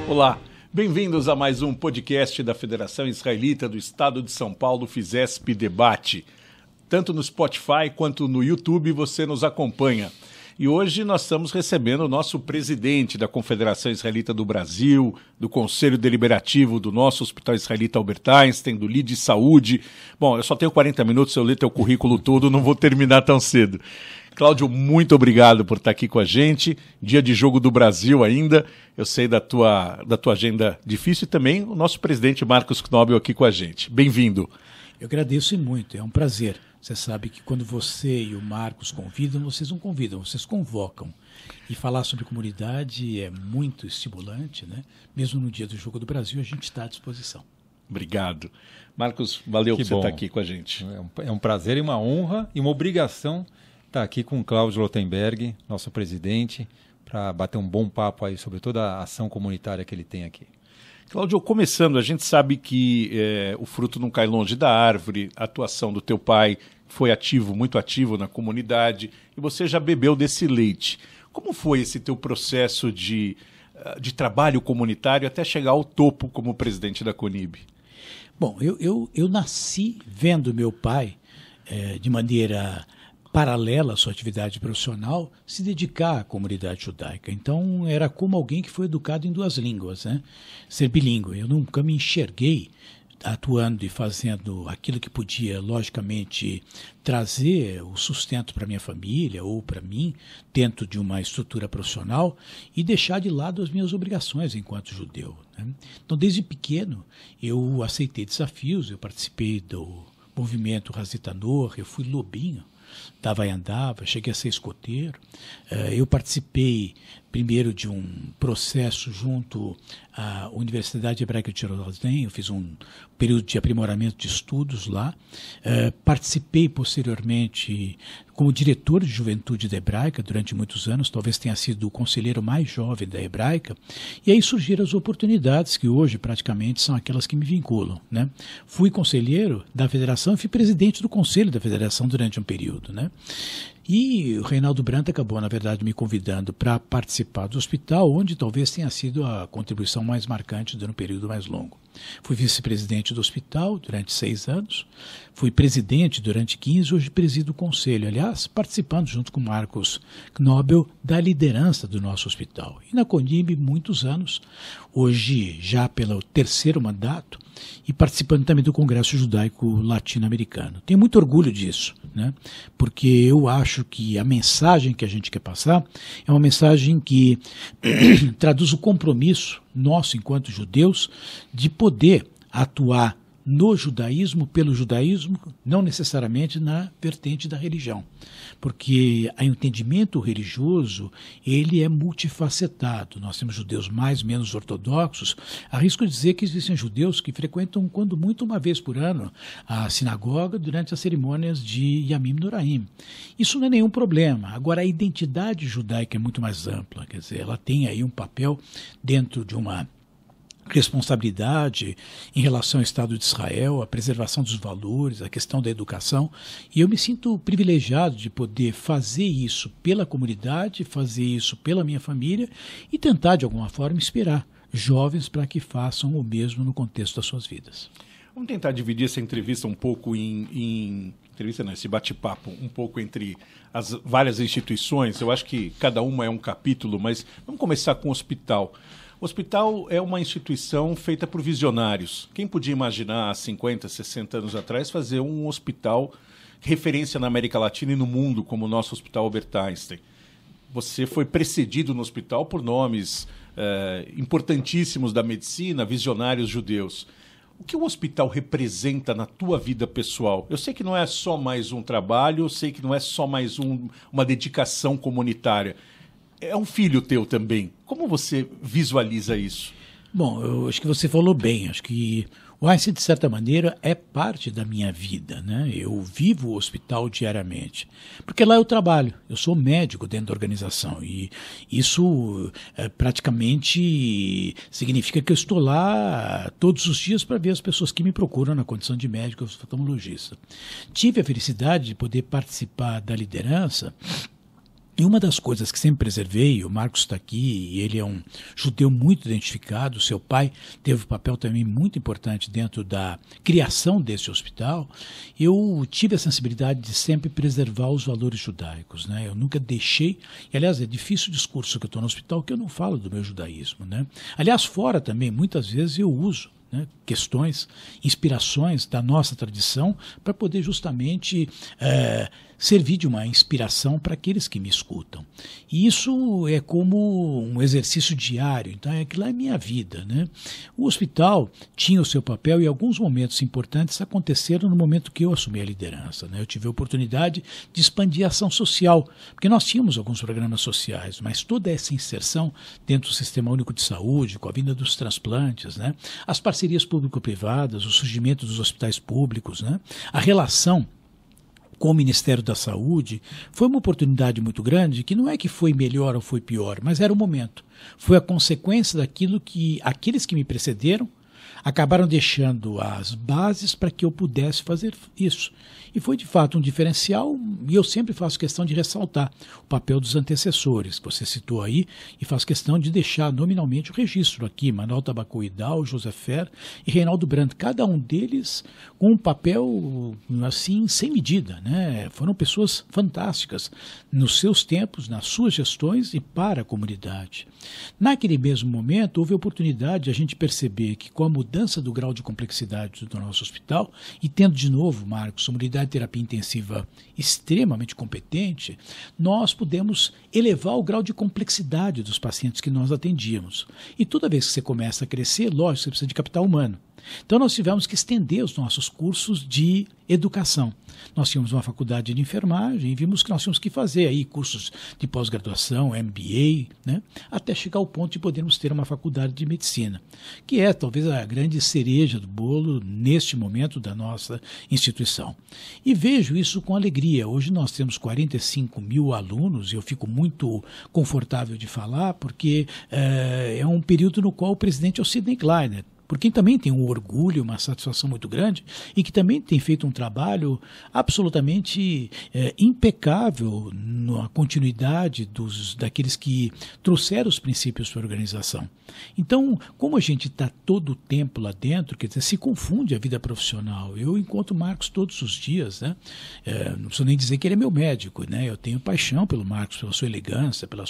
Olá, bem-vindos a mais um podcast da Federação Israelita do Estado de São Paulo, Fizesp Debate. Tanto no Spotify quanto no YouTube você nos acompanha. E hoje nós estamos recebendo o nosso presidente da Confederação Israelita do Brasil, do Conselho Deliberativo do nosso Hospital Israelita Albert Einstein, do LIDE Saúde. Bom, eu só tenho 40 minutos, se eu ler teu currículo todo, não vou terminar tão cedo. Cláudio, muito obrigado por estar aqui com a gente. Dia de Jogo do Brasil ainda. Eu sei da tua agenda difícil e também o nosso presidente Marcos Knobel aqui com a gente. Bem-vindo. Eu agradeço muito, é um prazer. Você sabe que quando você e o Marcos convidam, vocês não convidam, vocês convocam. E falar sobre comunidade é muito estimulante, né? Mesmo no dia do Jogo do Brasil, a gente está à disposição. Obrigado. Marcos, valeu por você estar aqui com a gente. É um prazer e uma honra e uma obrigação estar aqui com o Cláudio Lotenberg, nosso presidente, para bater um bom papo aí sobre toda a ação comunitária que ele tem aqui. Cláudio, começando, a gente sabe que o fruto não cai longe da árvore, a atuação do teu pai foi ativo, muito ativo na comunidade, e você já bebeu desse leite. Como foi esse teu processo de trabalho comunitário até chegar ao topo como presidente da CONIB? Bom, eu nasci vendo meu pai de maneira paralela à sua atividade profissional, se dedicar à comunidade judaica. Então, era como alguém que foi educado em duas línguas, né? Ser bilíngue. Eu nunca me enxerguei atuando e fazendo aquilo que podia, logicamente, trazer o sustento para minha família ou para mim, dentro de uma estrutura profissional, e deixar de lado as minhas obrigações enquanto judeu, né? Então, desde pequeno, eu aceitei desafios, eu participei do movimento Hazitanor, eu fui lobinho da Vai Andava, cheguei a ser escoteiro. Eu participei primeiro de um processo junto à Universidade Hebraica de Jerusalém, eu fiz um período de aprimoramento de estudos lá. Participei posteriormente como diretor de juventude da Hebraica durante muitos anos, talvez tenha sido o conselheiro mais jovem da Hebraica, e aí surgiram as oportunidades que hoje praticamente são aquelas que me vinculam, né? Fui conselheiro da federação e fui presidente do conselho da federação durante um período, né? E o Reinaldo Brandt acabou, na verdade, me convidando para participar do hospital, onde talvez tenha sido a contribuição mais marcante durante um período mais longo. Fui vice-presidente do hospital durante 6 anos, fui presidente durante 15, hoje presido o conselho, aliás, participando junto com Marcos Knobel da liderança do nosso hospital. E na CONIB, muitos anos, hoje já pelo 3º mandato, e participando também do Congresso Judaico Latino-Americano. Tenho muito orgulho disso, né? Porque eu acho que a mensagem que a gente quer passar é uma mensagem que traduz o compromisso nosso, enquanto judeus, de poder atuar no judaísmo, pelo judaísmo, não necessariamente na vertente da religião. Porque o entendimento religioso, ele é multifacetado. Nós temos judeus mais, menos ortodoxos. Arrisco dizer que existem judeus que frequentam, quando muito, uma vez por ano, a sinagoga durante as cerimônias de Yamim Noraim. Isso não é nenhum problema. Agora, a identidade judaica é muito mais ampla. Quer dizer, ela tem aí um papel dentro de uma responsabilidade em relação ao Estado de Israel, a preservação dos valores, a questão da educação, e eu me sinto privilegiado de poder fazer isso pela comunidade, fazer isso pela minha família e tentar, de alguma forma, inspirar jovens para que façam o mesmo no contexto das suas vidas. Vamos tentar dividir essa entrevista um pouco esse bate-papo um pouco entre as várias instituições. Eu acho que cada uma é um capítulo, mas vamos começar com o hospital. O hospital é uma instituição feita por visionários. Quem podia imaginar há 50, 60 anos atrás fazer um hospital referência na América Latina e no mundo como o nosso Hospital Albert Einstein? Você foi precedido no hospital por nomes importantíssimos da medicina, visionários judeus. O que o hospital representa na tua vida pessoal? Eu sei que não é só mais um trabalho, eu sei que não é só mais uma dedicação comunitária. É um filho teu também. Como você visualiza isso? Bom, eu acho que você falou bem. Acho que o Einstein, de certa maneira, é parte da minha vida, né? Eu vivo o hospital diariamente, porque lá eu trabalho. Eu sou médico dentro da organização e isso praticamente significa que eu estou lá todos os dias para ver as pessoas que me procuram na condição de médico ou oftalmologista. Tive a felicidade de poder participar da liderança E uma das coisas que sempre preservei, o Marcos está aqui, e ele é um judeu muito identificado, seu pai teve um papel também muito importante dentro da criação desse hospital, eu tive a sensibilidade de sempre preservar os valores judaicos, né? Eu nunca deixei, e aliás é difícil o discurso que eu estou no hospital que eu não falo do meu judaísmo, né? Aliás, fora também, muitas vezes eu uso, né, questões, inspirações da nossa tradição para poder justamente servir de uma inspiração para aqueles que me escutam. E isso é como um exercício diário, então aquilo é minha vida, né? O hospital tinha o seu papel e alguns momentos importantes aconteceram no momento que eu assumi a liderança, né? Eu tive a oportunidade de expandir a ação social, porque nós tínhamos alguns programas sociais, mas toda essa inserção dentro do Sistema Único de Saúde, com a vinda dos transplantes, né? As parcerias público-privadas, o surgimento dos hospitais públicos, né? A relação com o Ministério da Saúde, foi uma oportunidade muito grande, que não é que foi melhor ou foi pior, mas era o momento. Foi a consequência daquilo que aqueles que me precederam acabaram deixando as bases para que eu pudesse fazer isso. E foi de fato um diferencial, e eu sempre faço questão de ressaltar o papel dos antecessores, que você citou aí, e faço questão de deixar nominalmente o registro aqui, Manuel Tabaco Hidal, José Fer e Reinaldo Brandt, cada um deles com um papel assim, sem medida, né? Foram pessoas fantásticas nos seus tempos, nas suas gestões e para a comunidade. Naquele mesmo momento, houve a oportunidade de a gente perceber que com a mudança do grau de complexidade do nosso hospital, e tendo de novo, Marcos, uma unidade de terapia intensiva extremamente competente, nós pudemos elevar o grau de complexidade dos pacientes que nós atendíamos. E toda vez que você começa a crescer, lógico, você precisa de capital humano. Então nós tivemos que estender os nossos cursos de educação. Nós tínhamos uma faculdade de enfermagem e vimos que nós tínhamos que fazer aí cursos de pós-graduação, MBA, né, até chegar ao ponto de podermos ter uma faculdade de medicina, que é talvez a grande cereja do bolo neste momento da nossa instituição. E vejo isso com alegria. Hoje nós temos 45 mil alunos e eu fico muito confortável de falar porque é um período no qual o presidente é o Sidney Kleiner, por quem também tem um orgulho, uma satisfação muito grande e que também tem feito um trabalho absolutamente impecável na continuidade daqueles que trouxeram os princípios para a organização. Então, como a gente está todo o tempo lá dentro, quer dizer, se confunde a vida profissional. Eu encontro o Marcos todos os dias, né? Não preciso nem dizer que ele é meu médico, né? Eu tenho paixão pelo Marcos, pela sua elegância, pelo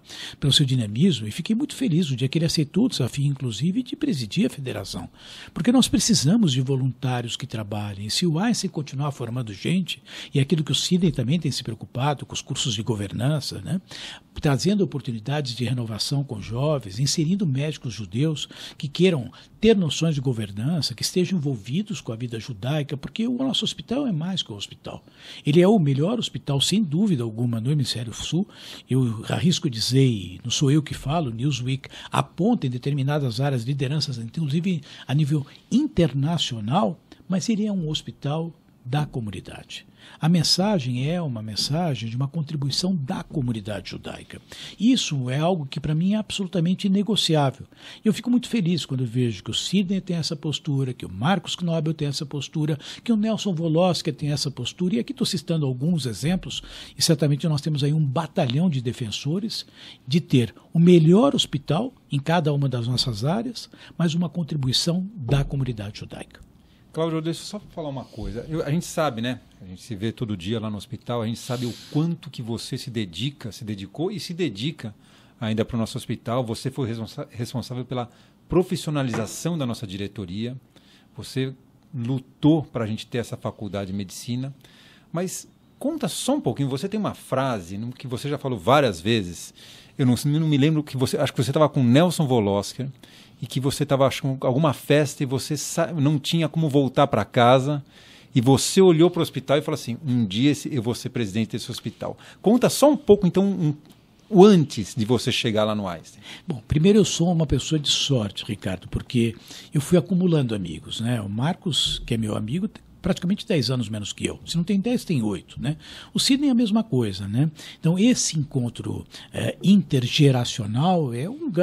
seu dinamismo, e fiquei muito feliz no dia que ele aceitou o desafio, inclusive, de presidir a federação. Porque nós precisamos de voluntários que trabalhem. Se o Einstein continuar formando gente, e aquilo que o Sidney também tem se preocupado com os cursos de governança, né? Trazendo oportunidades de renovação com jovens, inserindo médicos judeus que queiram ter noções de governança, que estejam envolvidos com a vida judaica, porque o nosso hospital é mais que um hospital. Ele é o melhor hospital, sem dúvida alguma, no Hemisfério Sul. Eu arrisco dizer, e não sou eu que falo, Newsweek aponta em determinadas áreas lideranças, inclusive a nível internacional, mas ele é um hospital da comunidade. A mensagem é uma mensagem de uma contribuição da comunidade judaica. Isso é algo que para mim é absolutamente inegociável. Eu fico muito feliz quando vejo que o Sidney tem essa postura, que o Marcos Knobel tem essa postura, que o Nelson Voloska tem essa postura, e aqui estou citando alguns exemplos, e certamente nós temos aí um batalhão de defensores de ter o melhor hospital em cada uma das nossas áreas, mas uma contribuição da comunidade judaica. Cláudio, deixa eu só falar uma coisa. A gente sabe, né? A gente se vê todo dia lá no hospital, a gente sabe o quanto que você se dedicou e se dedica ainda para o nosso hospital. Você foi responsável pela profissionalização da nossa diretoria. Você lutou para a gente ter essa faculdade de medicina. Mas conta só um pouquinho, você tem uma frase que você já falou várias vezes. Eu não me lembro que você... Acho que você estava com Nelson Voloska e que você estava com alguma festa e você não tinha como voltar para casa e você olhou para o hospital e falou assim, um dia eu vou ser presidente desse hospital. Conta só um pouco, então, o antes de você chegar lá no Einstein. Bom, primeiro eu sou uma pessoa de sorte, Ricardo, porque eu fui acumulando amigos, né? O Marcos, que é meu amigo, praticamente 10 anos menos que eu. Se não tem 10, tem 8, né? O Sidney é a mesma coisa, né? Então, esse encontro intergeracional é um ganho.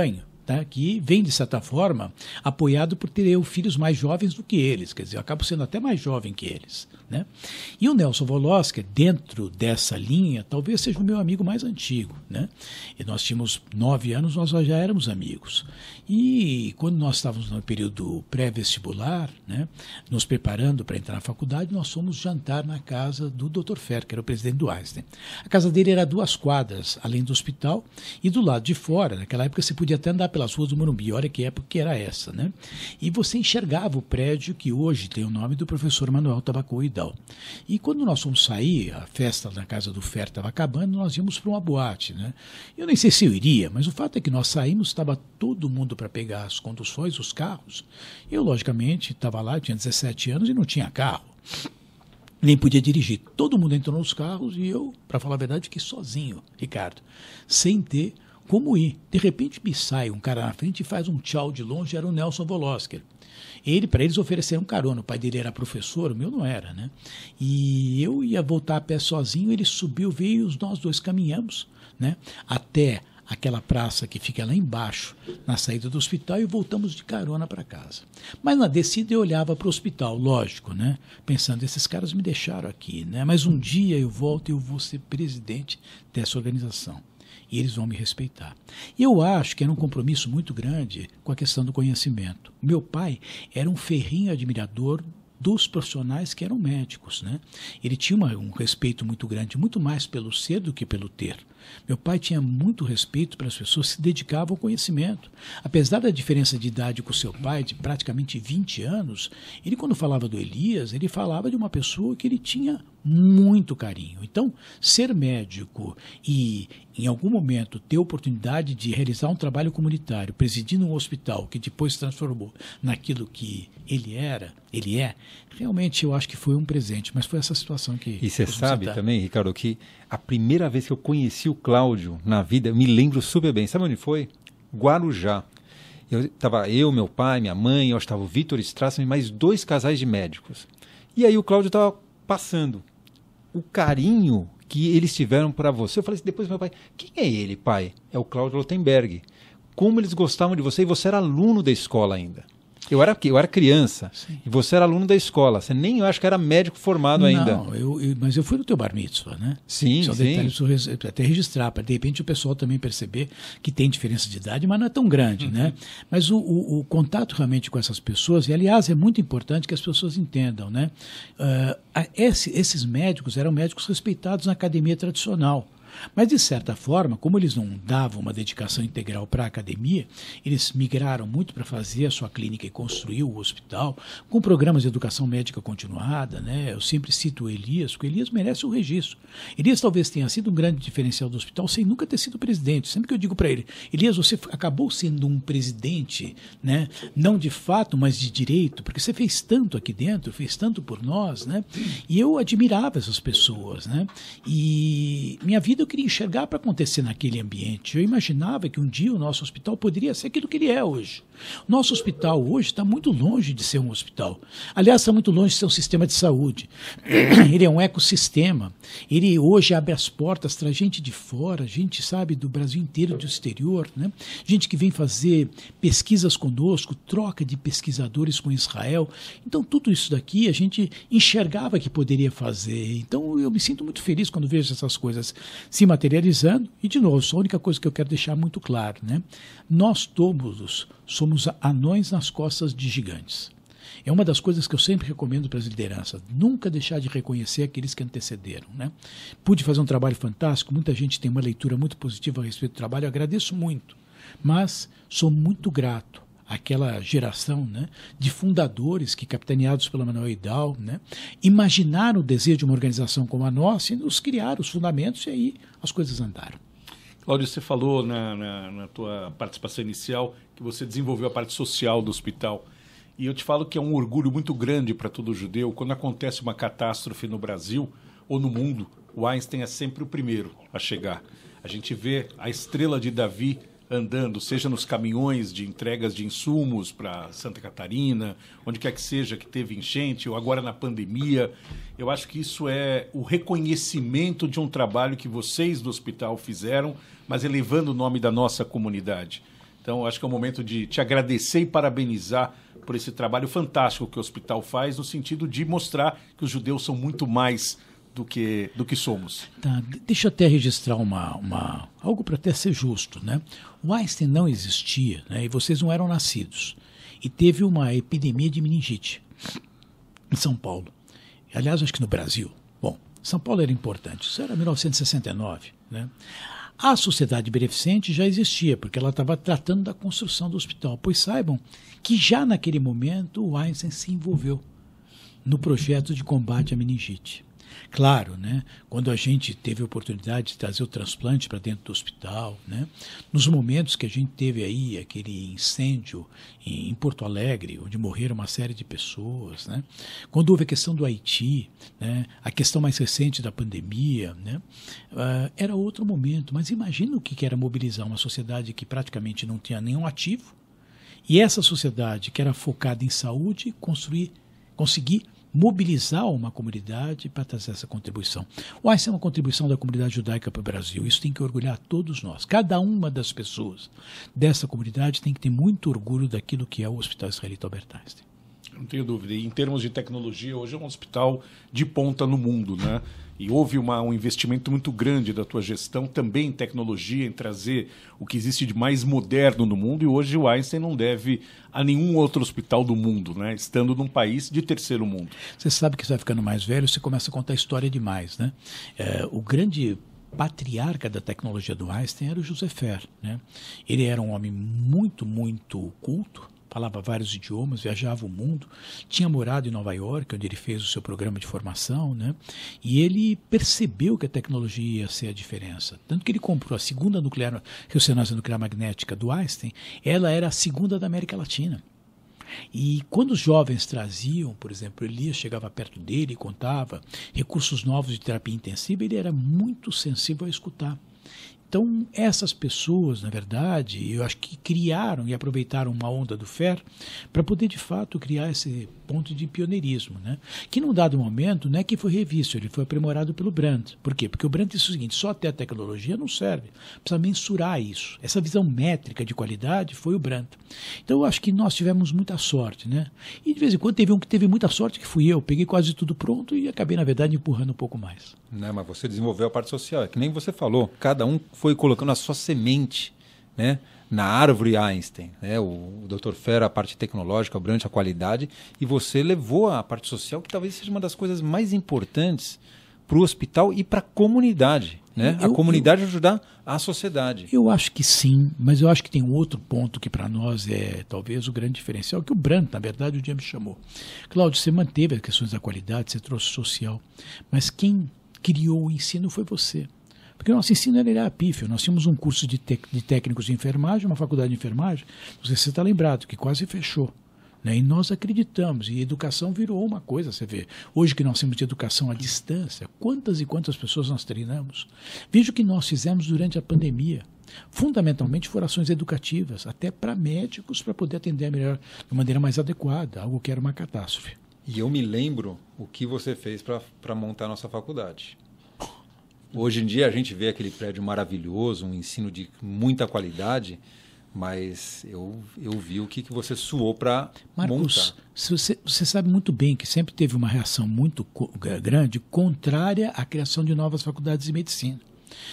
tá? Que vem, de certa forma, apoiado por ter eu filhos mais jovens do que eles, quer dizer, eu acabo sendo até mais jovem que eles, né? E o Nelson Volosker, dentro dessa linha, talvez seja o meu amigo mais antigo, né? E nós tínhamos 9 anos, nós já éramos amigos. E quando nós estávamos no período pré-vestibular, né, nos preparando para entrar na faculdade, nós fomos jantar na casa do Dr. Fer, que era o presidente do Einstein. A casa dele era 2 quadras, além do hospital, e do lado de fora, naquela época você podia até andar pelas ruas do Morumbi, olha que época que era essa, né? E você enxergava o prédio que hoje tem o nome do professor Manuel Tabaco Idal. E quando nós fomos sair, a festa na casa do Fer estava acabando, nós íamos para uma boate, né? Eu nem sei se eu iria, mas o fato é que nós saímos, estava todo mundo para pegar as conduções, os carros. Eu, logicamente, estava lá, tinha 17 anos e não tinha carro. Nem podia dirigir. Todo mundo entrou nos carros e eu, para falar a verdade, fiquei sozinho, Ricardo, sem ter como ir. De repente me sai um cara na frente e faz um tchau de longe, era o Nelson Volosker. Para eles ofereceram carona, o pai dele era professor, o meu não era, né? E eu ia voltar a pé sozinho, ele subiu, veio, nós dois caminhamos, né, até aquela praça que fica lá embaixo, na saída do hospital, e voltamos de carona para casa. Mas na descida eu olhava para o hospital, lógico, né? Pensando, esses caras me deixaram aqui, né? Mas um dia eu volto e eu vou ser presidente dessa organização. E eles vão me respeitar. E eu acho que era um compromisso muito grande com a questão do conhecimento. Meu pai era um ferrenho admirador dos profissionais que eram médicos, né? Ele tinha um respeito muito grande, muito mais pelo ser do que pelo ter. Meu pai tinha muito respeito pelas pessoas que se dedicavam ao conhecimento. Apesar da diferença de idade com o seu pai, de praticamente 20 anos, ele, quando falava do Elias, ele falava de uma pessoa que ele tinha muito carinho. Então, ser médico e, em algum momento, ter a oportunidade de realizar um trabalho comunitário, presidindo um hospital que depois se transformou naquilo que ele é, realmente eu acho que foi um presente, mas foi essa situação que... E você sabe também, Ricardo, que a primeira vez que eu conheci o Cláudio na vida, eu me lembro super bem, sabe onde foi? Guarujá. Estava eu, meu pai, minha mãe, eu estava o Vitor Strassman e mais 2 casais de médicos. E aí o Cláudio estava passando. O carinho que eles tiveram para você, eu falei assim, depois meu pai, quem é ele, pai? É o Cláudio Lotenberg. Como eles gostavam de você, e você era aluno da escola ainda. Eu era criança, sim, e você era aluno da escola. Você nem, eu acho que era médico formado ainda. Não, mas eu fui no teu bar mitzvah, né? Sim, só sim. Preciso até registrar, para de repente o pessoal também perceber que tem diferença de idade, mas não é tão grande, né? Mas o contato realmente com essas pessoas, e aliás é muito importante que as pessoas entendam, né? Esses médicos eram médicos respeitados na academia tradicional. Mas, de certa forma, como eles não davam uma dedicação integral para a academia, eles migraram muito para fazer a sua clínica e construir o hospital, com programas de educação médica continuada, né? Eu sempre cito o Elias, porque o Elias merece o registro. Elias talvez tenha sido um grande diferencial do hospital sem nunca ter sido presidente. Sempre que eu digo para ele, Elias, você acabou sendo um presidente, né? Não de fato, mas de direito, porque você fez tanto aqui dentro, fez tanto por nós, né? E eu admirava essas pessoas, né? E minha vida eu queria enxergar para acontecer naquele ambiente. Eu imaginava que um dia o nosso hospital poderia ser aquilo que ele é hoje. O nosso hospital hoje está muito longe de ser um hospital. Aliás, está muito longe de ser um sistema de saúde. Ele é um ecossistema. Ele hoje abre as portas, traz gente de fora, gente, sabe, do Brasil inteiro, do exterior, né? Gente que vem fazer pesquisas conosco, troca de pesquisadores com Israel. Então, tudo isso daqui a gente enxergava que poderia fazer. Então, eu me sinto muito feliz quando vejo essas coisas se materializando. E, de novo, a única coisa que eu quero deixar muito claro, né? Nós todos somos anões nas costas de gigantes. É uma das coisas que eu sempre recomendo para as lideranças, nunca deixar de reconhecer aqueles que antecederam, né? Pude fazer um trabalho fantástico, muita gente tem uma leitura muito positiva a respeito do trabalho, eu agradeço muito, mas sou muito grato àquela geração, né, de fundadores que, capitaneados pela Manuel Idal, né, imaginaram o desejo de uma organização como a nossa e nos criaram os fundamentos e aí as coisas andaram. Cláudio, você falou na tua participação inicial que você desenvolveu a parte social do hospital. E eu te falo que é um orgulho muito grande para todo judeu. Quando acontece uma catástrofe no Brasil ou no mundo, o Einstein é sempre o primeiro a chegar. A gente vê a estrela de Davi andando, seja nos caminhões de entregas de insumos para Santa Catarina, onde quer que seja que teve enchente, ou agora na pandemia. Eu acho que isso é o reconhecimento de um trabalho que vocês do hospital fizeram, mas elevando o nome da nossa comunidade. Então, Então, acho que é o momento de te agradecer e parabenizar por esse trabalho fantástico que o hospital faz, no sentido de mostrar que os judeus são muito mais do que somos. Tá, deixa eu até registrar algo para até ser justo, né? O Einstein não existia, né? E vocês não eram nascidos. E teve uma epidemia de meningite em São Paulo. Aliás, acho que no Brasil. Bom, São Paulo era importante. Isso era 1969, né? A sociedade beneficente já existia, porque ela estava tratando da construção do hospital. Pois saibam que já naquele momento o Einstein se envolveu no projeto de combate à meningite. Claro, né, quando a gente teve a oportunidade de trazer o transplante para dentro do hospital, né, nos momentos que a gente teve aí aquele incêndio em Porto Alegre, onde morreram uma série de pessoas, né, quando houve a questão do Haiti, né, a questão mais recente da pandemia, né, era outro momento. Mas imagina o que era mobilizar uma sociedade que praticamente não tinha nenhum ativo, e essa sociedade que era focada em saúde, conseguir mobilizar uma comunidade para trazer essa contribuição. O Einstein é uma contribuição da comunidade judaica para o Brasil. Isso tem que orgulhar todos nós. Cada uma das pessoas dessa comunidade tem que ter muito orgulho daquilo que é o Hospital Israelita Albert Einstein. Não tenho dúvida. E em termos de tecnologia, hoje é um hospital de ponta no mundo, né? E houve um investimento muito grande da tua gestão também em tecnologia, em trazer o que existe de mais moderno no mundo. E hoje o Einstein não deve a nenhum outro hospital do mundo, né? Estando num país de terceiro mundo. Você sabe que você vai ficando mais velho, você começa a contar história demais, né? O grande patriarca da tecnologia do Einstein era o José Fer, né? Ele era um homem muito, muito culto, falava vários idiomas, viajava o mundo, tinha morado em Nova York, onde ele fez o seu programa de formação, né? E ele percebeu que a tecnologia ia ser a diferença. Tanto que ele comprou a segunda ressonância nuclear magnética do Einstein, ela era a segunda da América Latina. E quando os jovens traziam, por exemplo, Elias chegava perto dele e contava recursos novos de terapia intensiva, ele era muito sensível a escutar. Então, essas pessoas, na verdade, eu acho que criaram e aproveitaram uma onda do FER para poder, de fato, criar esse ponto de pioneirismo, né? Que, num dado momento, não é que foi revisto, ele foi aprimorado pelo Brandt. Por quê? Porque o Brandt disse o seguinte: só ter a tecnologia não serve, precisa mensurar isso. Essa visão métrica de qualidade foi o Brandt. Então, eu acho que nós tivemos muita sorte, né? E, de vez em quando, teve um que teve muita sorte, que fui eu. Peguei quase tudo pronto e acabei, na verdade, empurrando um pouco mais. Não, mas você desenvolveu a parte social, é que nem você falou, cada um foi colocando a sua semente, né, na árvore Einstein, né? O Dr. Fer, a parte tecnológica, o Brandt, a qualidade, e você levou a parte social, que talvez seja uma das coisas mais importantes para o hospital e para a comunidade, né? A comunidade ajudar a sociedade. Eu acho que sim, mas eu acho que tem um outro ponto que para nós é talvez o grande diferencial, que o Brandt, na verdade, um dia me chamou. Cláudio, você manteve as questões da qualidade, você trouxe social, mas quem criou o ensino foi você. Porque o nosso ensino era pífio. Nós tínhamos um curso de técnicos de enfermagem, uma faculdade de enfermagem, não sei se você está lembrado, que quase fechou. Né? E nós acreditamos, e educação virou uma coisa, você vê. Hoje que nós temos de educação à distância, quantas e quantas pessoas nós treinamos? Veja o que nós fizemos durante a pandemia. Fundamentalmente foram ações educativas, até para médicos, para poder atender melhor, de maneira mais adequada, algo que era uma catástrofe. E eu me lembro o que você fez para montar a nossa faculdade. Hoje em dia a gente vê aquele prédio maravilhoso, um ensino de muita qualidade, mas eu vi o que você suou para montar. Marcos, você sabe muito bem que sempre teve uma reação muito grande contrária à criação de novas faculdades de medicina.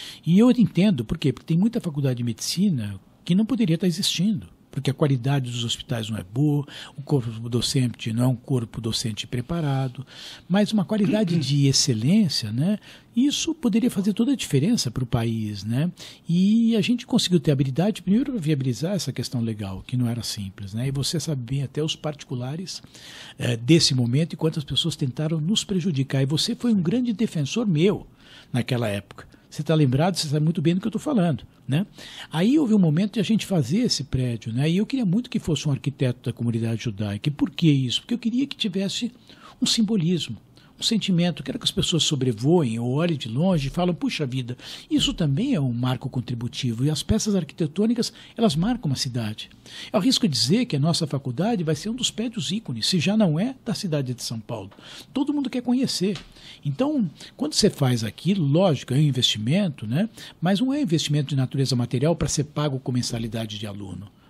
E eu entendo por quê? Porque tem muita faculdade de medicina que não poderia estar existindo, porque a qualidade dos hospitais não é boa, o corpo docente não é um corpo docente preparado, mas uma qualidade de excelência, né? Isso poderia fazer toda a diferença para o país, né? E a gente conseguiu ter habilidade, primeiro, para viabilizar essa questão legal, que não era simples, né? E você sabe bem até os particulares desse momento e quantas pessoas tentaram nos prejudicar. E você foi um grande defensor meu naquela época. Você está lembrado, você sabe muito bem do que eu estou falando, né? Aí houve um momento de a gente fazer esse prédio, né? E eu queria muito que fosse um arquiteto da comunidade judaica. E por que isso? Porque eu queria que tivesse um simbolismo, um sentimento. Quero que as pessoas sobrevoem ou olhem de longe e falam, puxa vida, isso também é um marco contributivo. E as peças arquitetônicas, elas marcam uma cidade. Eu arrisco dizer que a nossa faculdade vai ser um dos prédios ícones, se já não é, da cidade de São Paulo. Todo mundo quer conhecer. Então, quando você faz aquilo, lógico, é um investimento, né? Mas não é investimento de natureza material para ser pago com mensalidade de aluno.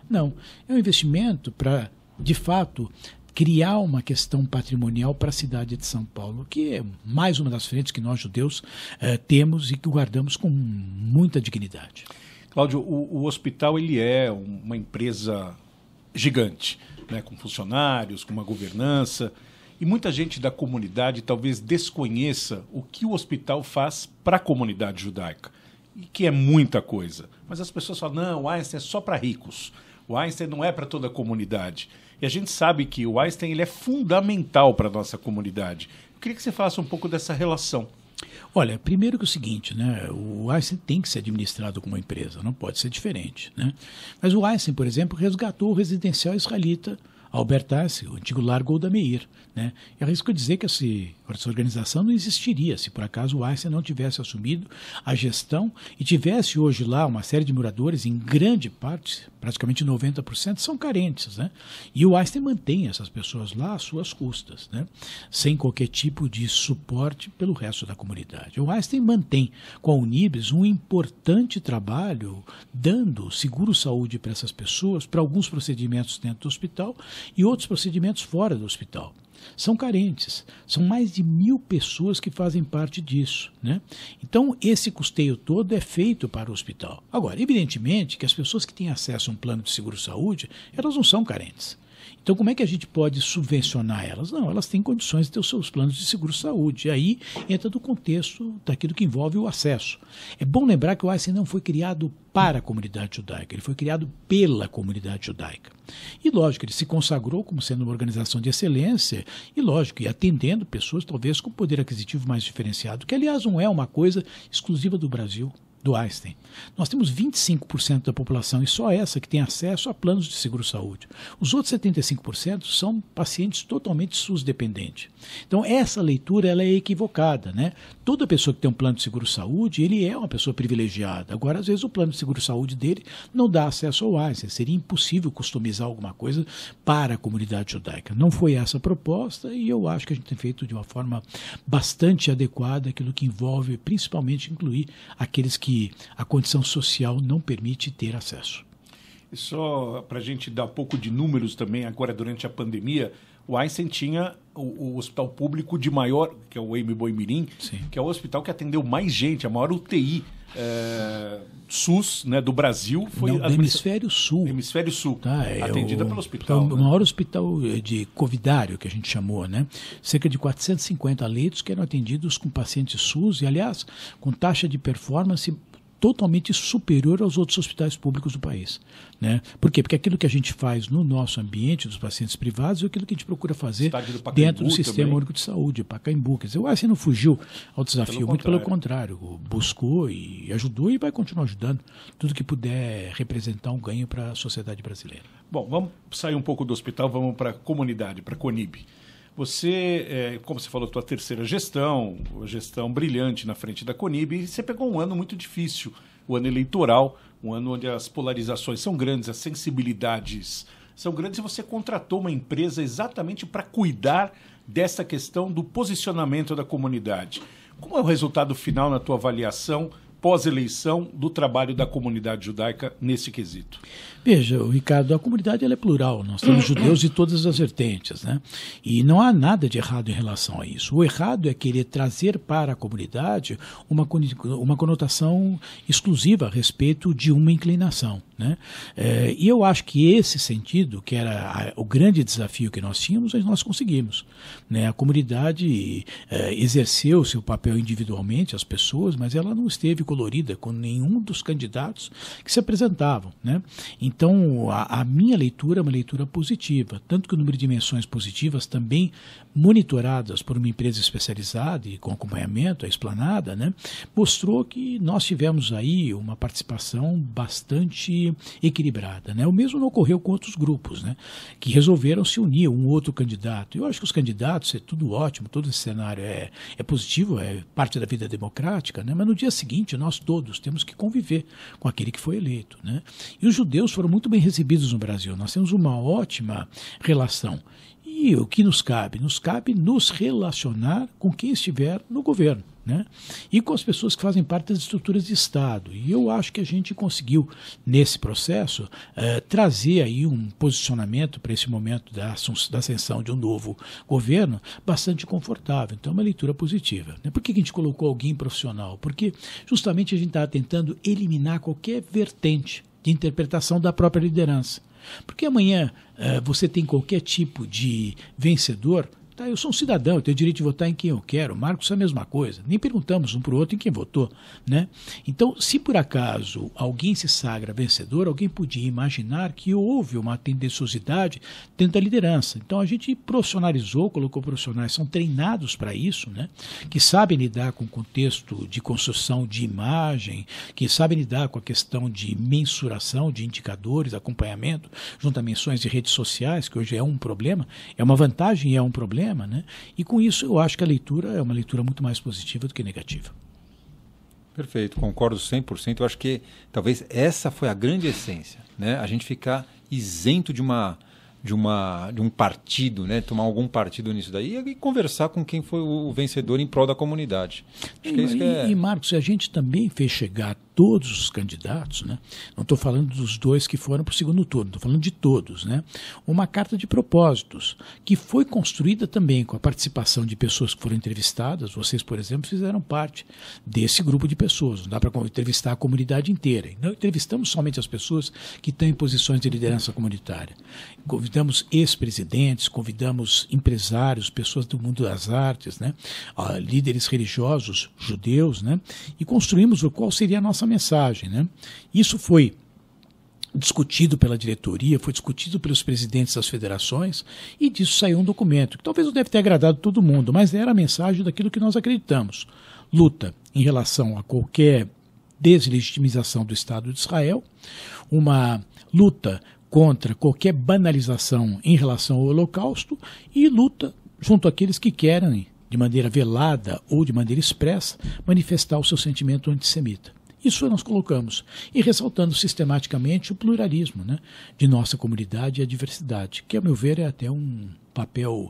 Não. É um investimento para, de fato, criar uma questão patrimonial para a cidade de São Paulo, que é mais uma das frentes que nós, judeus, temos e que guardamos com muita dignidade. Cláudio, o hospital ele é uma empresa gigante, né, com funcionários, com uma governança, e muita gente da comunidade talvez desconheça o que o hospital faz para a comunidade judaica, e que é muita coisa. Mas as pessoas falam, não, o Einstein é só para ricos, o Einstein não é para toda a comunidade. E a gente sabe que o Einstein ele é fundamental para a nossa comunidade. Eu queria que você falasse um pouco dessa relação. Olha, primeiro que o seguinte, né, o Einstein tem que ser administrado como uma empresa, não pode ser diferente, né? Mas o Einstein, por exemplo, resgatou o residencial israelita Albert Einstein, o antigo Lar Golda Meir, né? E arrisco dizer que essa organização não existiria se por acaso o Einstein não tivesse assumido a gestão e tivesse hoje lá uma série de moradores, em grande parte, praticamente 90%, são carentes, né? E o Einstein mantém essas pessoas lá às suas custas, né? Sem qualquer tipo de suporte pelo resto da comunidade. O Einstein mantém com a Unibis um importante trabalho dando seguro-saúde para essas pessoas, para alguns procedimentos dentro do hospital e outros procedimentos fora do hospital. São carentes, são mais de 1.000 pessoas que fazem parte disso, né? Então, esse custeio todo é feito para o hospital. Agora, evidentemente que as pessoas que têm acesso a um plano de seguro-saúde, elas não são carentes. Então, como é que a gente pode subvencionar elas? Não, elas têm condições de ter os seus planos de seguro-saúde. E aí entra do contexto daquilo que envolve o acesso. É bom lembrar que o Einstein não foi criado para a comunidade judaica, ele foi criado pela comunidade judaica. E, lógico, ele se consagrou como sendo uma organização de excelência e, lógico, e atendendo pessoas talvez com poder aquisitivo mais diferenciado, que, aliás, não é uma coisa exclusiva do Brasil, do Einstein. Nós temos 25% da população, e só essa que tem acesso a planos de seguro-saúde. Os outros 75% são pacientes totalmente SUS-dependentes. Então, essa leitura ela é equivocada, né? Toda pessoa que tem um plano de seguro-saúde, ele é uma pessoa privilegiada. Agora, às vezes, o plano de seguro-saúde dele não dá acesso ao Einstein. Seria impossível customizar alguma coisa para a comunidade judaica. Não foi essa a proposta, e eu acho que a gente tem feito de uma forma bastante adequada aquilo que envolve, principalmente, incluir aqueles que a condição social não permite ter acesso. E só para a gente dar um pouco de números também, agora durante a pandemia, o Einstein tinha o hospital público de maior, que é o Amy Boimirim, que é o hospital que atendeu mais gente, a maior UTI SUS, né, do Brasil. Foi do Hemisfério Sul. Hemisfério Sul, tá, atendida pelo hospital. O maior hospital de covidário, que a gente chamou, né? Cerca de 450 leitos que eram atendidos com pacientes SUS e, aliás, com taxa de performance totalmente superior aos outros hospitais públicos do país, né? Por quê? Porque aquilo que a gente faz no nosso ambiente dos pacientes privados é aquilo que a gente procura fazer dentro do Sistema Único de Saúde, Pacaembu. Quer dizer, o Einstein não fugiu ao desafio, muito pelo contrário, buscou e ajudou e vai continuar ajudando tudo que puder representar um ganho para a sociedade brasileira. Bom, vamos sair um pouco do hospital, vamos para a comunidade, para a Conib. Você, como você falou, tua terceira gestão brilhante na frente da Conib, e você pegou um ano muito difícil, o ano eleitoral, um ano onde as polarizações são grandes, as sensibilidades são grandes, e você contratou uma empresa exatamente para cuidar dessa questão do posicionamento da comunidade. Como é o resultado final na tua avaliação pós-eleição do trabalho da comunidade judaica nesse quesito? Veja, Ricardo, a comunidade ela é plural, nós temos judeus de todas as vertentes, né? E não há nada de errado em relação a isso. O errado é querer trazer para a comunidade uma conotação exclusiva a respeito de uma inclinação, né? E eu acho que esse sentido, que era o grande desafio que nós tínhamos, nós conseguimos, né? A comunidade exerceu seu papel individualmente, as pessoas, mas ela não esteve colorida com nenhum dos candidatos que se apresentavam, né? Então, a minha leitura é uma leitura positiva, tanto que o número de menções positivas também monitoradas por uma empresa especializada e com acompanhamento, a Esplanada, né, mostrou que nós tivemos aí uma participação bastante equilibrada, né? O mesmo não ocorreu com outros grupos, né, que resolveram se unir a um outro candidato. Eu acho que os candidatos, é tudo ótimo, todo esse cenário é positivo, é parte da vida democrática, né? Mas no dia seguinte nós todos temos que conviver com aquele que foi eleito, né? E os judeus foram muito bem recebidos no Brasil, nós temos uma ótima relação. E o que nos cabe? Nos cabe nos relacionar com quem estiver no governo, né? E com as pessoas que fazem parte das estruturas de Estado. E eu acho que a gente conseguiu, nesse processo, trazer aí um posicionamento para esse momento da ascensão de um novo governo bastante confortável. Então, é uma leitura positiva, né? Por que a gente colocou alguém profissional? Porque justamente a gente está tentando eliminar qualquer vertente de interpretação da própria liderança. Porque amanhã você tem qualquer tipo de vencedor. Tá, eu sou um cidadão, eu tenho o direito de votar em quem eu quero. Marcos é a mesma coisa. Nem perguntamos um para o outro em quem votou, né? Então, se por acaso alguém se sagra vencedor, alguém podia imaginar que houve uma tendenciosidade dentro da liderança. Então, a gente profissionalizou, colocou profissionais, são treinados para isso, né? Que sabem lidar com o contexto de construção de imagem, que sabem lidar com a questão de mensuração de indicadores, acompanhamento, junto a menções de redes sociais, que hoje é um problema, é uma vantagem e é um problema. Né? E com isso eu acho que a leitura é uma leitura muito mais positiva do que negativa. Perfeito, concordo 100%. Eu acho que talvez essa foi a grande essência, né? A gente ficar isento de um partido, né? Tomar algum partido nisso daí e conversar com quem foi o vencedor em prol da comunidade. Acho que é isso que é... E Marcos, a gente também fez chegar todos os candidatos, né? Não estou falando dos 2 que foram para o segundo turno, estou falando de todos, né? Uma carta de propósitos que foi construída também com a participação de pessoas que foram entrevistadas. Vocês, por exemplo, fizeram parte desse grupo de pessoas. Não dá para entrevistar a comunidade inteira. Não entrevistamos somente as pessoas que estão em posições de liderança comunitária. Convidamos ex-presidentes, convidamos empresários, pessoas do mundo das artes, né? Líderes religiosos, judeus, né? E construímos qual seria a nossa mensagem, né? Isso foi discutido pela diretoria, foi discutido pelos presidentes das federações e disso saiu um documento que talvez não deve ter agradado todo mundo, mas era a mensagem daquilo que nós acreditamos. Luta em relação a qualquer deslegitimização do Estado de Israel, uma luta contra qualquer banalização em relação ao Holocausto e luta junto àqueles que querem, de maneira velada ou de maneira expressa, manifestar o seu sentimento antissemita. Isso nós colocamos, e ressaltando sistematicamente o pluralismo, né, de nossa comunidade e a diversidade, que, a meu ver, é até um papel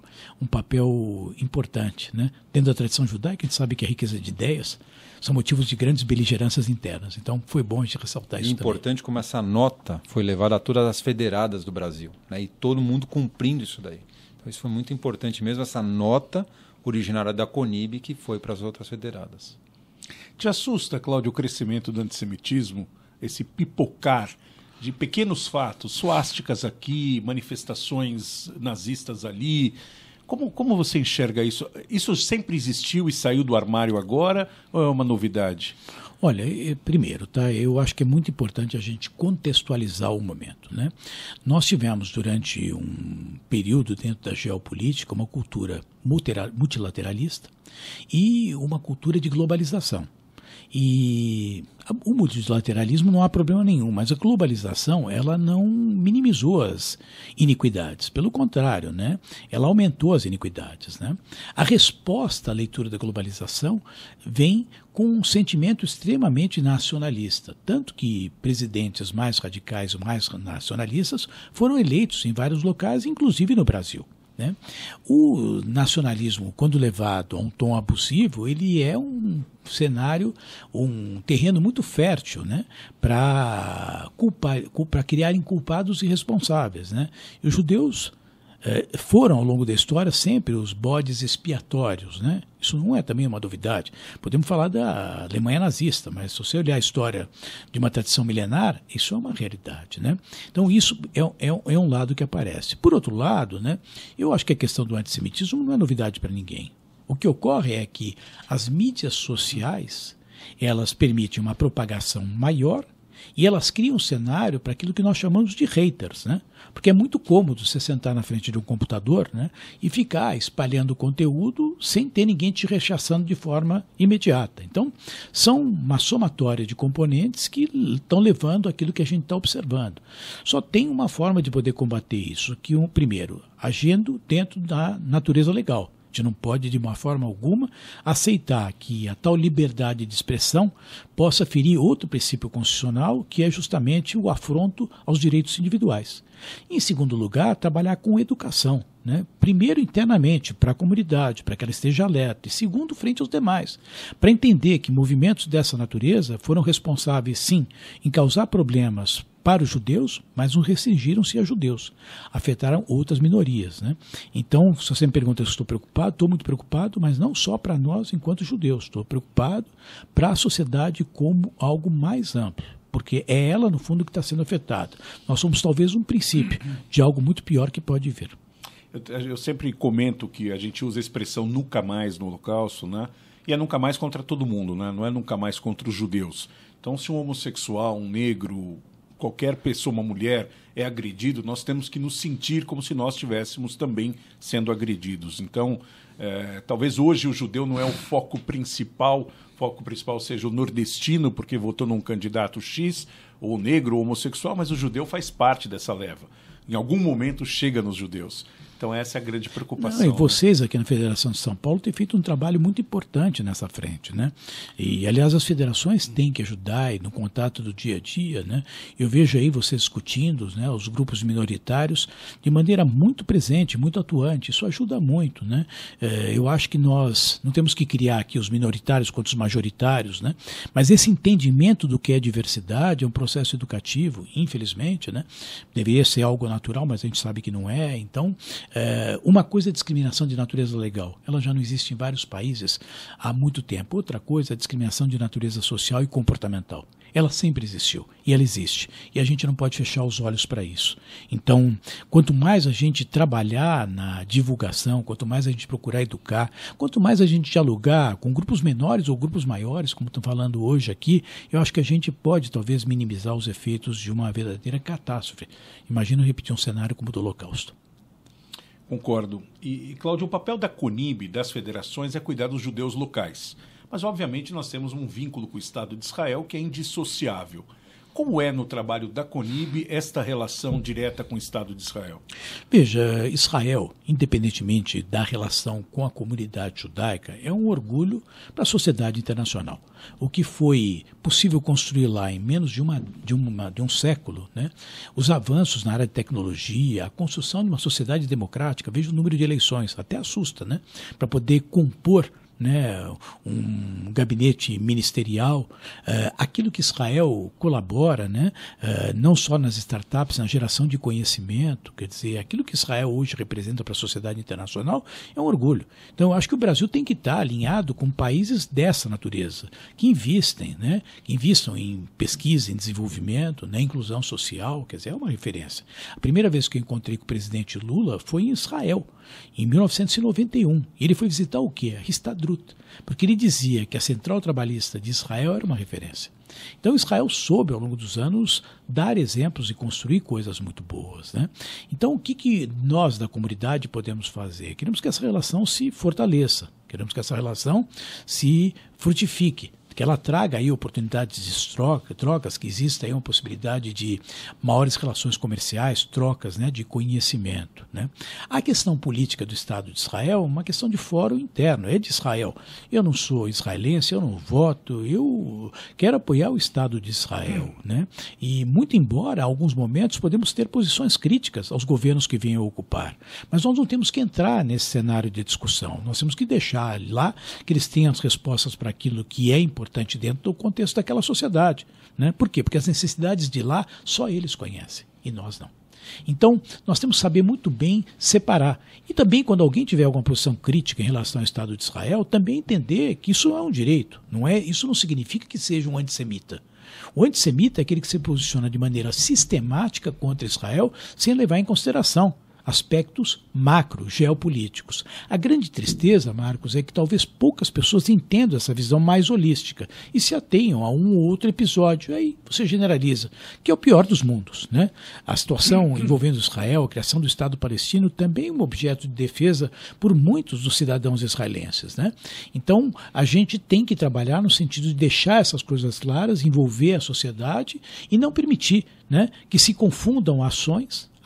importante, né? Dentro da tradição judaica, a gente sabe que a riqueza de ideias são motivos de grandes beligerâncias internas. Então, foi bom a gente ressaltar isso também. Importante como essa nota foi levada a todas as federadas do Brasil, né? E todo mundo cumprindo isso daí. Então, isso foi muito importante mesmo, essa nota originária da CONIB que foi para as outras federadas. Te assusta, Cláudio, o crescimento do antissemitismo, esse pipocar de pequenos fatos, suásticas aqui, manifestações nazistas ali? Como você enxerga isso? Isso sempre existiu e saiu do armário agora ou é uma novidade? Olha, primeiro, tá? Eu acho que é muito importante a gente contextualizar o momento, né? Nós tivemos durante um período dentro da geopolítica uma cultura multilateralista e uma cultura de globalização. E o multilateralismo não há problema nenhum, mas a globalização ela não minimizou as iniquidades, pelo contrário, né? Ela aumentou as iniquidades, né? A resposta à leitura da globalização vem com um sentimento extremamente nacionalista, tanto que presidentes mais radicais, mais nacionalistas foram eleitos em vários locais, inclusive no Brasil. Né? O nacionalismo, quando levado a um tom abusivo, ele é um cenário, um terreno muito fértil, né? Para criarem culpados e responsáveis. Né? E os judeus foram, ao longo da história, sempre os bodes expiatórios. Né? Isso não é também uma novidade. Podemos falar da Alemanha nazista, mas se você olhar a história de uma tradição milenar, isso é uma realidade. Né? Então, isso é um lado que aparece. Por outro lado, né, eu acho que a questão do antissemitismo não é novidade para ninguém. O que ocorre é que as mídias sociais, elas permitem uma propagação maior e elas criam um cenário para aquilo que nós chamamos de haters, né? Porque é muito cômodo você sentar na frente de um computador, né, e ficar espalhando conteúdo sem ter ninguém te rechaçando de forma imediata. Então, são uma somatória de componentes que estão levando aquilo que a gente está observando. Só tem uma forma de poder combater isso, que primeiro, agindo dentro da natureza legal. A gente não pode, de uma forma alguma, aceitar que a tal liberdade de expressão possa ferir outro princípio constitucional, que é justamente o afronto aos direitos individuais. Em segundo lugar, trabalhar com educação, né? Primeiro, internamente, para a comunidade, para que ela esteja alerta. E segundo, frente aos demais, para entender que movimentos dessa natureza foram responsáveis, sim, em causar problemas para os judeus, mas não restringiram-se a judeus, afetaram outras minorias, né? Então, se você me pergunta se estou preocupado, estou muito preocupado, mas não só para nós enquanto judeus, estou preocupado para a sociedade como algo mais amplo, porque é ela, no fundo, que está sendo afetada. Nós somos talvez um princípio de algo muito pior que pode vir. Eu sempre comento que a gente usa a expressão nunca mais no Holocausto, né? E é nunca mais contra todo mundo, né? Não é nunca mais contra os judeus. Então, se um homossexual, um negro, qualquer pessoa, uma mulher, é agredido, nós temos que nos sentir como se nós estivéssemos também sendo agredidos. Então, talvez hoje o judeu não é o foco principal seja o nordestino, porque votou num candidato X, ou negro, ou homossexual, mas o judeu faz parte dessa leva. Em algum momento chega nos judeus. Então essa é a grande preocupação. Não, e vocês aqui na Federação de São Paulo têm feito um trabalho muito importante nessa frente, né? E, aliás, as federações têm que ajudar no contato do dia a dia, né? Eu vejo aí vocês discutindo, né, os grupos minoritários de maneira muito presente, muito atuante. Isso ajuda muito, né? Eu acho que nós não temos que criar aqui os minoritários contra os majoritários, né? Mas esse entendimento do que é diversidade é um processo educativo, infelizmente, né? Deveria ser algo natural, mas a gente sabe que não é. Então, uma coisa é discriminação de natureza legal. Ela já não existe em vários países há muito tempo. Outra coisa é a discriminação de natureza social e comportamental. Ela sempre existiu e ela existe. E a gente não pode fechar os olhos para isso. Então, quanto mais a gente trabalhar na divulgação, quanto mais a gente procurar educar, quanto mais a gente dialogar com grupos menores ou grupos maiores, como estão falando hoje aqui, eu acho que a gente pode talvez minimizar os efeitos de uma verdadeira catástrofe. Imagina repetir um cenário como o do Holocausto. Concordo. E, Cláudio, o papel da CONIB, das federações, é cuidar dos judeus locais. Mas, obviamente, nós temos um vínculo com o Estado de Israel que é indissociável. Como é no trabalho da CONIB esta relação direta com o Estado de Israel? Veja, Israel, independentemente da relação com a comunidade judaica, é um orgulho para a sociedade internacional. O que foi possível construir lá em menos de um século, né? Os avanços na área de tecnologia, a construção de uma sociedade democrática, veja o número de eleições, até assusta, né? Para poder compor, né, um gabinete ministerial, aquilo que Israel colabora, né, não só nas startups, na geração de conhecimento, quer dizer, aquilo que Israel hoje representa para a sociedade internacional é um orgulho. Então, eu acho que o Brasil tem que estar alinhado com países dessa natureza, que investem, né, que investam em pesquisa, em desenvolvimento, na inclusão social, quer dizer, é uma referência. A primeira vez que eu encontrei com o presidente Lula foi em Israel, em 1991. E ele foi visitar o quê? A Histadrut, porque ele dizia que a Central Trabalhista de Israel era uma referência. Então Israel soube, ao longo dos anos, dar exemplos e construir coisas muito boas, né? Então o que nós da comunidade podemos fazer? Queremos que essa relação se fortaleça, queremos que essa relação se frutifique, que ela traga aí oportunidades de trocas, que exista aí uma possibilidade de maiores relações comerciais, trocas, né, de conhecimento, né? A questão política do Estado de Israel é uma questão de fórum interno, é de Israel. Eu não sou israelense, eu não voto, eu quero apoiar o Estado de Israel, né? E muito embora, em alguns momentos, podemos ter posições críticas aos governos que venham ocupar, mas nós não temos que entrar nesse cenário de discussão, nós temos que deixar lá que eles tenham as respostas para aquilo que é importante dentro do contexto daquela sociedade, né? Por quê? Porque as necessidades de lá só eles conhecem e nós não. Então, nós temos que saber muito bem separar. E também, quando alguém tiver alguma posição crítica em relação ao Estado de Israel, também entender que isso é um direito. Isso não significa que seja um antissemita. O antissemita é aquele que se posiciona de maneira sistemática contra Israel sem levar em consideração aspectos macro, geopolíticos. A grande tristeza, Marcos, é que talvez poucas pessoas entendam essa visão mais holística e se atenham a um ou outro episódio. Aí você generaliza, que é o pior dos mundos, né? A situação envolvendo Israel, a criação do Estado palestino, também é um objeto de defesa por muitos dos cidadãos israelenses, né? Então, a gente tem que trabalhar no sentido de deixar essas coisas claras, envolver a sociedade e não permitir, né, que se confundam ações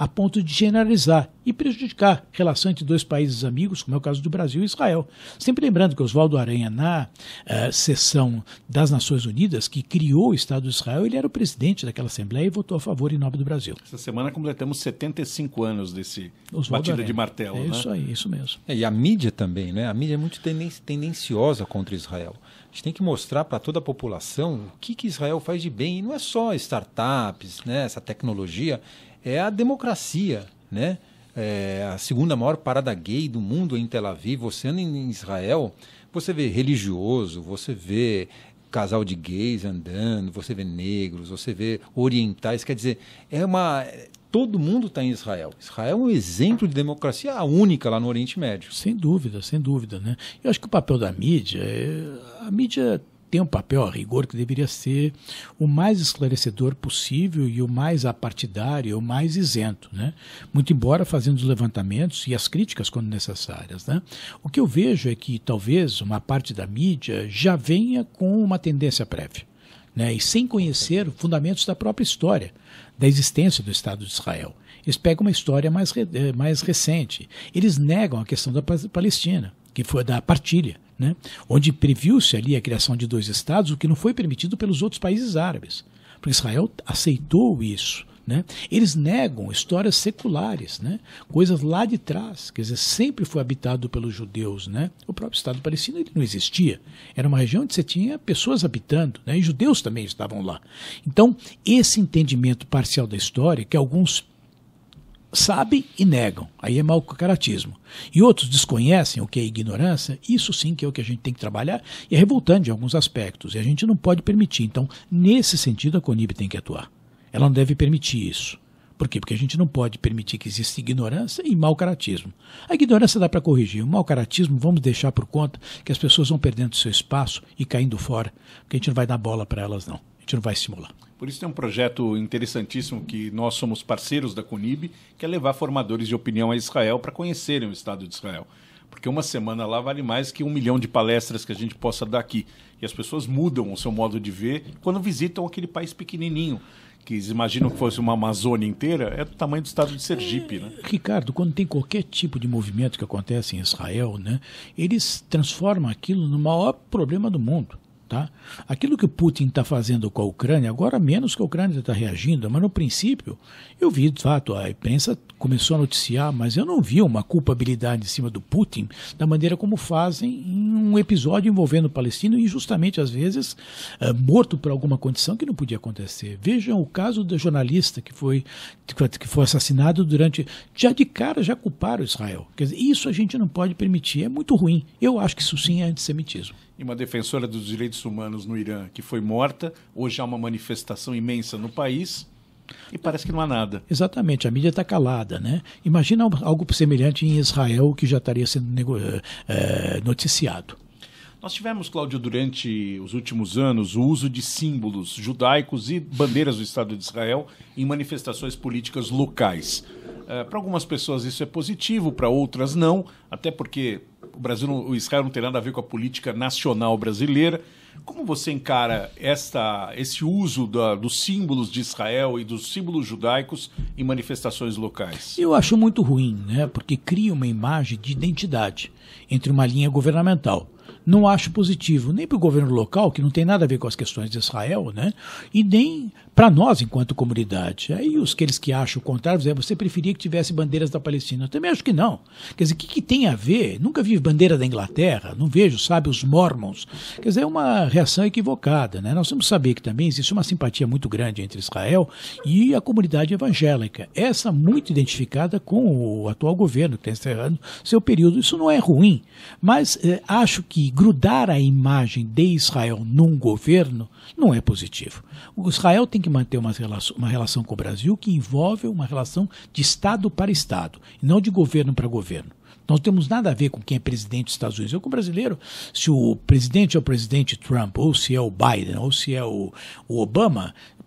a ponto de generalizar e prejudicar a relação entre dois países amigos, como é o caso do Brasil e Israel. Sempre lembrando que Oswaldo Aranha, na sessão das Nações Unidas, que criou o Estado de Israel, ele era o presidente daquela Assembleia e votou a favor em nome do Brasil. Essa semana completamos 75 anos desse Oswaldo batida Aranha. de martelo. É né? isso aí, isso mesmo. E a mídia também, né? A mídia é muito tendenciosa contra Israel. A gente tem que mostrar para toda a população o que Israel faz de bem. E não é só startups, né? Essa tecnologia, é a democracia, né? A segunda maior parada gay do mundo é em Tel Aviv. Você anda em Israel, você vê religioso, você vê casal de gays andando, você vê negros, você vê orientais. Quer dizer, todo mundo está em Israel. Israel é um exemplo de democracia, a única lá no Oriente Médio. Sem dúvida, né? Eu acho que o papel da mídia, a mídia tem um papel, a rigor, que deveria ser o mais esclarecedor possível e o mais apartidário, o mais isento, né? Muito embora fazendo os levantamentos e as críticas quando necessárias, né? O que eu vejo é que talvez uma parte da mídia já venha com uma tendência prévia, né? E sem conhecer fundamentos da própria história, da existência do Estado de Israel. Eles pegam uma história mais recente. Eles negam a questão da Palestina, que foi da partilha, né? Onde previu-se ali a criação de 2 estados, o que não foi permitido pelos outros países árabes. Porque Israel aceitou isso, né? Eles negam histórias seculares, né? Coisas lá de trás, quer dizer, sempre foi habitado pelos judeus, né? O próprio Estado palestino ele não existia. Era uma região onde você tinha pessoas habitando, né? E judeus também estavam lá. Então, esse entendimento parcial da história, que alguns sabem e negam, aí é mau caratismo. E outros desconhecem o que é ignorância, isso sim que é o que a gente tem que trabalhar, e é revoltante em alguns aspectos, e a gente não pode permitir. Então, nesse sentido, a CONIB tem que atuar. Ela não deve permitir isso. Por quê? Porque a gente não pode permitir que exista ignorância e mau caratismo. A ignorância dá para corrigir, o mau caratismo vamos deixar por conta que as pessoas vão perdendo seu espaço e caindo fora, porque a gente não vai dar bola para elas não, a gente não vai estimular. Por isso tem um projeto interessantíssimo que nós somos parceiros da CONIB, que é levar formadores de opinião a Israel para conhecerem o Estado de Israel. Porque uma semana lá vale mais que 1 milhão de palestras que a gente possa dar aqui. E as pessoas mudam o seu modo de ver quando visitam aquele país pequenininho, que eles imaginam que fosse uma Amazônia inteira, é do tamanho do estado de Sergipe, né? Ricardo, quando tem qualquer tipo de movimento que acontece em Israel, né, eles transformam aquilo no maior problema do mundo. Tá? Aquilo que o Putin está fazendo com a Ucrânia, agora menos que a Ucrânia está reagindo, mas no princípio eu vi, de fato, a imprensa começou a noticiar, mas eu não vi uma culpabilidade em cima do Putin da maneira como fazem em um episódio envolvendo o palestino e justamente às vezes morto por alguma condição que não podia acontecer. Vejam o caso do jornalista que foi assassinado já de cara já culparam Israel. Quer dizer, isso a gente não pode permitir, é muito ruim. Eu acho que isso sim é antissemitismo. E uma defensora dos direitos humanos no Irã que foi morta, hoje há uma manifestação imensa no país e parece que não há nada. Exatamente, a mídia está calada, né? Imagina algo semelhante em Israel que já estaria sendo noticiado. Nós tivemos, Cláudio, durante os últimos anos, o uso de símbolos judaicos e bandeiras do Estado de Israel em manifestações políticas locais. Para algumas pessoas isso é positivo, para outras não, até porque o Israel não tem nada a ver com a política nacional brasileira. Como você encara esse uso dos símbolos de Israel e dos símbolos judaicos em manifestações locais? Eu acho muito ruim, né? Porque cria uma imagem de identidade entre uma linha governamental. Não acho positivo nem para o governo local, que não tem nada a ver com as questões de Israel, né? E nem para nós enquanto comunidade. Aí aqueles que acham o contrário, você preferia que tivesse bandeiras da Palestina. Eu também acho que não. Quer dizer, o que tem a ver? Nunca vi bandeira da Inglaterra, não vejo, sabe, os mormons. Quer dizer, é uma reação equivocada, né? Nós temos que saber que também existe uma simpatia muito grande entre Israel e a comunidade evangélica. Essa muito identificada com o atual governo, que está encerrando seu período. Isso não é ruim, mas acho que grudar a imagem de Israel num governo não é positivo. O Israel tem que manter uma relação com o Brasil que envolve uma relação de Estado para Estado, e não de governo para governo. Não temos nada a ver com quem é presidente dos Estados Unidos. Eu, como brasileiro, se o presidente é o presidente Trump, ou se é o Biden, ou se é o Obama,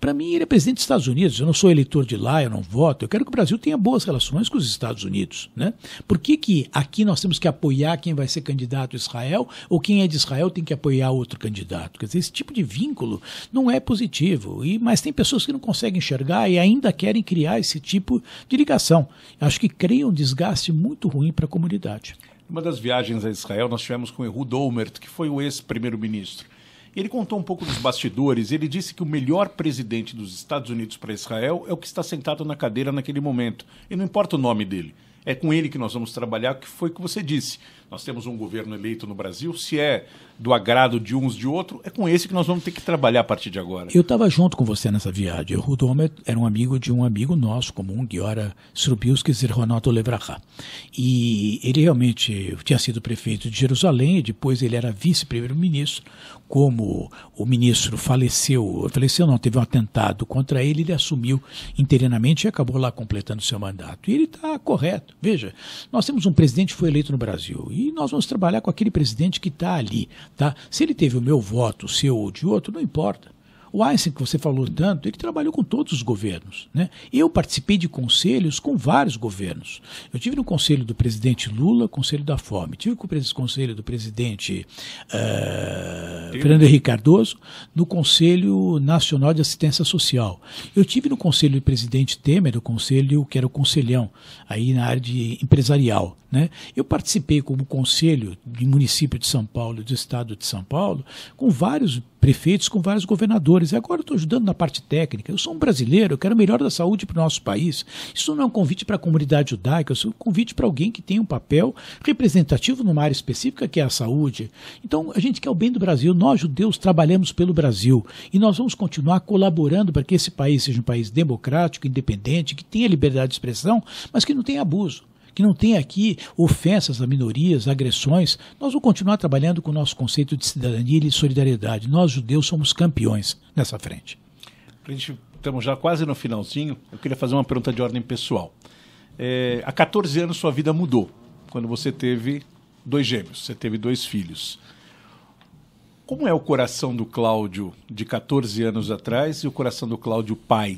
Para mim, ele é presidente dos Estados Unidos. Eu não sou eleitor de lá, eu não voto. Eu quero que o Brasil tenha boas relações com os Estados Unidos, né? Por que aqui nós temos que apoiar quem vai ser candidato a Israel ou quem é de Israel tem que apoiar outro candidato? Quer dizer, esse tipo de vínculo não é positivo. Mas tem pessoas que não conseguem enxergar e ainda querem criar esse tipo de ligação. Acho que cria um desgaste muito ruim para a comunidade. Uma das viagens a Israel nós tivemos com Ehud Olmert, que foi o ex-primeiro-ministro. Ele contou um pouco dos bastidores. Ele disse que o melhor presidente dos Estados Unidos para Israel é o que está sentado na cadeira naquele momento. E não importa o nome dele. É com ele que nós vamos trabalhar, que foi o que você disse. Nós temos um governo eleito no Brasil, se é do agrado de uns de outro, é com esse que nós vamos ter que trabalhar a partir de agora. Eu estava junto com você nessa viagem. O Ehud Olmert era um amigo de um amigo nosso comum, Giora Srubilski Zirhonato Levracha. E ele realmente tinha sido prefeito de Jerusalém, e depois ele era vice-primeiro-ministro. Como o ministro faleceu não, teve um atentado contra ele, ele assumiu interinamente e acabou lá completando seu mandato. E ele está correto. Veja, nós temos um presidente que foi eleito no Brasil e nós vamos trabalhar com aquele presidente que está ali. Tá? Se ele teve o meu voto, o seu ou de outro, não importa. O Einstein, que você falou tanto, ele trabalhou com todos os governos, né? Eu participei de conselhos com vários governos. Eu tive no conselho do presidente Lula, conselho da Fome. Tive com o conselho do presidente Fernando Henrique Cardoso, no Conselho Nacional de Assistência Social. Eu tive no conselho do presidente Temer, o conselho que era o conselhão, aí na área de empresarial, né? Eu participei como conselho de município de São Paulo, do estado de São Paulo, com vários prefeitos, com vários governadores. E agora eu estou ajudando na parte técnica. Eu sou um brasileiro, eu quero o melhor da saúde para o nosso país. Isso não é um convite para a comunidade judaica, isso é um convite para alguém que tem um papel representativo numa área específica, que é a saúde. Então, a gente quer o bem do Brasil. Nós, judeus, trabalhamos pelo Brasil. E nós vamos continuar colaborando para que esse país seja um país democrático, independente, que tenha liberdade de expressão, mas que não tenha abuso, que não tem aqui ofensas a minorias, agressões. Nós vamos continuar trabalhando com o nosso conceito de cidadania e de solidariedade. Nós, judeus, somos campeões nessa frente. Estamos já quase no finalzinho. Eu queria fazer uma pergunta de ordem pessoal. Há 14 anos sua vida mudou, quando você teve 2 gêmeos, você teve 2 filhos. Como é o coração do Cláudio de 14 anos atrás e o coração do Cláudio pai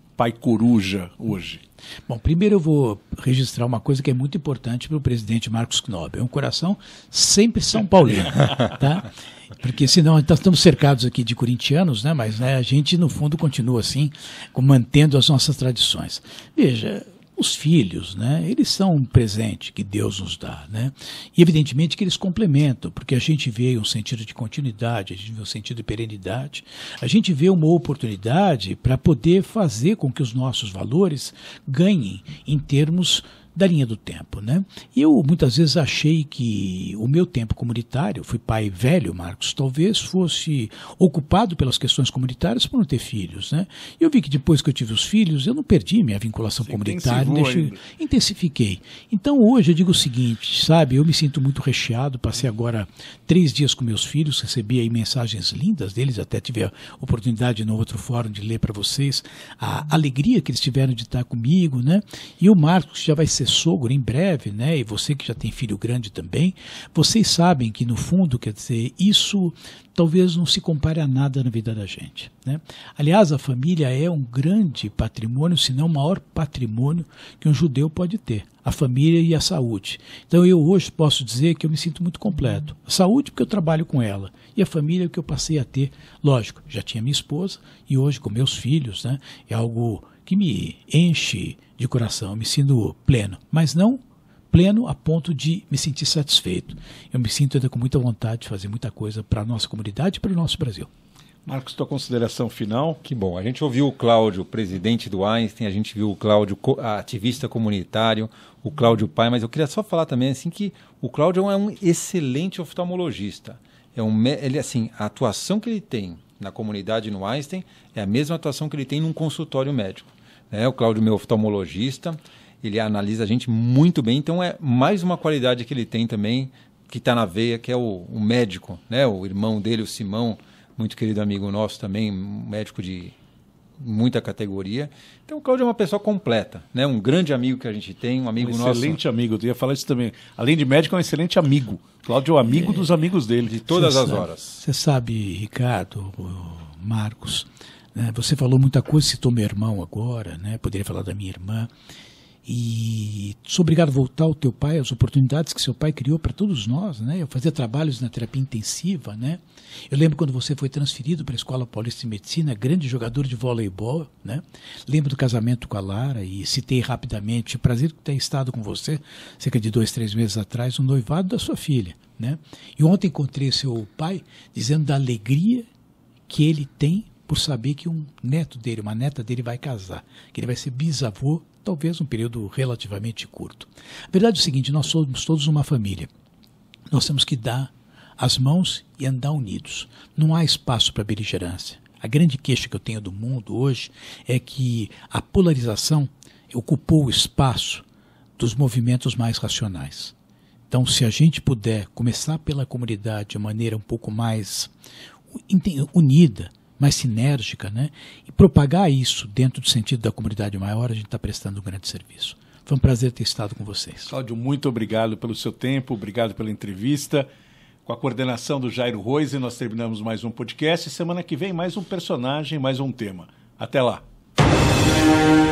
coruja hoje? Bom, primeiro eu vou registrar uma coisa que é muito importante para o presidente Marcos Knob. É um coração sempre São Paulino, tá? Porque senão nós estamos cercados aqui de corintianos, né? Mas né, a gente no fundo continua assim, mantendo as nossas tradições. Veja, os filhos, né, eles são um presente que Deus nos dá, né? E evidentemente que eles complementam, porque a gente vê um sentido de continuidade, a gente vê um sentido de perenidade, a gente vê uma oportunidade para poder fazer com que os nossos valores ganhem em termos da linha do tempo, né? Eu muitas vezes achei que o meu tempo comunitário, fui pai velho, Marcos, talvez fosse ocupado pelas questões comunitárias por não ter filhos, né? E eu vi que depois que eu tive os filhos, eu não perdi minha vinculação comunitária, intensifiquei. Então hoje eu digo o seguinte, sabe, eu me sinto muito recheado, passei agora 3 dias com meus filhos, recebi aí mensagens lindas deles, até tive a oportunidade no outro fórum de ler para vocês a alegria que eles tiveram de estar comigo, né? E o Marcos já vai ser sogro em breve, né? E você que já tem filho grande também, vocês sabem que no fundo, quer dizer, isso talvez não se compare a nada na vida da gente, né? Aliás, a família é um grande patrimônio, se não o maior patrimônio que um judeu pode ter, a família e a saúde. Então eu hoje posso dizer que eu me sinto muito completo. A saúde porque eu trabalho com ela, e a família que eu passei a ter, lógico, já tinha minha esposa, e hoje com meus filhos, né? É algo que me enche de coração, eu me sinto pleno, mas não pleno a ponto de me sentir satisfeito. Eu me sinto ainda com muita vontade de fazer muita coisa para a nossa comunidade e para o nosso Brasil. Marcos, tua consideração final? Que bom. A gente ouviu o Cláudio, presidente do Einstein, a gente viu o Cláudio, ativista comunitário, o Cláudio pai, mas eu queria só falar também assim que o Cláudio é um excelente oftalmologista. Ele, assim, a atuação que ele tem na comunidade no Einstein é a mesma atuação que ele tem num consultório médico. O Cláudio, meu oftalmologista, ele analisa a gente muito bem, então é mais uma qualidade que ele tem também, que está na veia, que é o médico, né? O irmão dele, o Simão, muito querido amigo nosso também, um médico de muita categoria. Então o Cláudio é uma pessoa completa, né? Um grande amigo que a gente tem, um amigo nosso. Excelente amigo, eu ia falar isso também. Além de médico, é um excelente amigo. Cláudio é o amigo dos amigos dele. De todas as horas. Você sabe, Ricardo, Marcos, né? Você falou muita coisa, citou meu irmão agora, né? Poderia falar da minha irmã. E sou obrigado a voltar ao teu pai, as oportunidades que seu pai criou para todos nós, né? Eu fazia trabalhos na terapia intensiva, né? Eu lembro quando você foi transferido para a Escola Paulista de Medicina, grande jogador de voleibol, né? Lembro do casamento com a Lara e citei rapidamente, prazer de ter estado com você, cerca de 2, 3 meses atrás, no noivado da sua filha, né? E ontem encontrei seu pai dizendo da alegria que ele tem por saber que um neto dele, uma neta dele vai casar, que ele vai ser bisavô, talvez um período relativamente curto. A verdade é o seguinte, nós somos todos uma família. Nós temos que dar as mãos e andar unidos. Não há espaço para beligerância. A grande queixa que eu tenho do mundo hoje é que a polarização ocupou o espaço dos movimentos mais racionais. Então, se a gente puder começar pela comunidade de maneira um pouco mais unida, mais sinérgica, né? E propagar isso dentro do sentido da comunidade maior, a gente está prestando um grande serviço. Foi um prazer ter estado com vocês. Cláudio, muito obrigado pelo seu tempo, obrigado pela entrevista. Com a coordenação do Jairo Roise, nós terminamos mais um podcast. Semana que vem, mais um personagem, mais um tema. Até lá.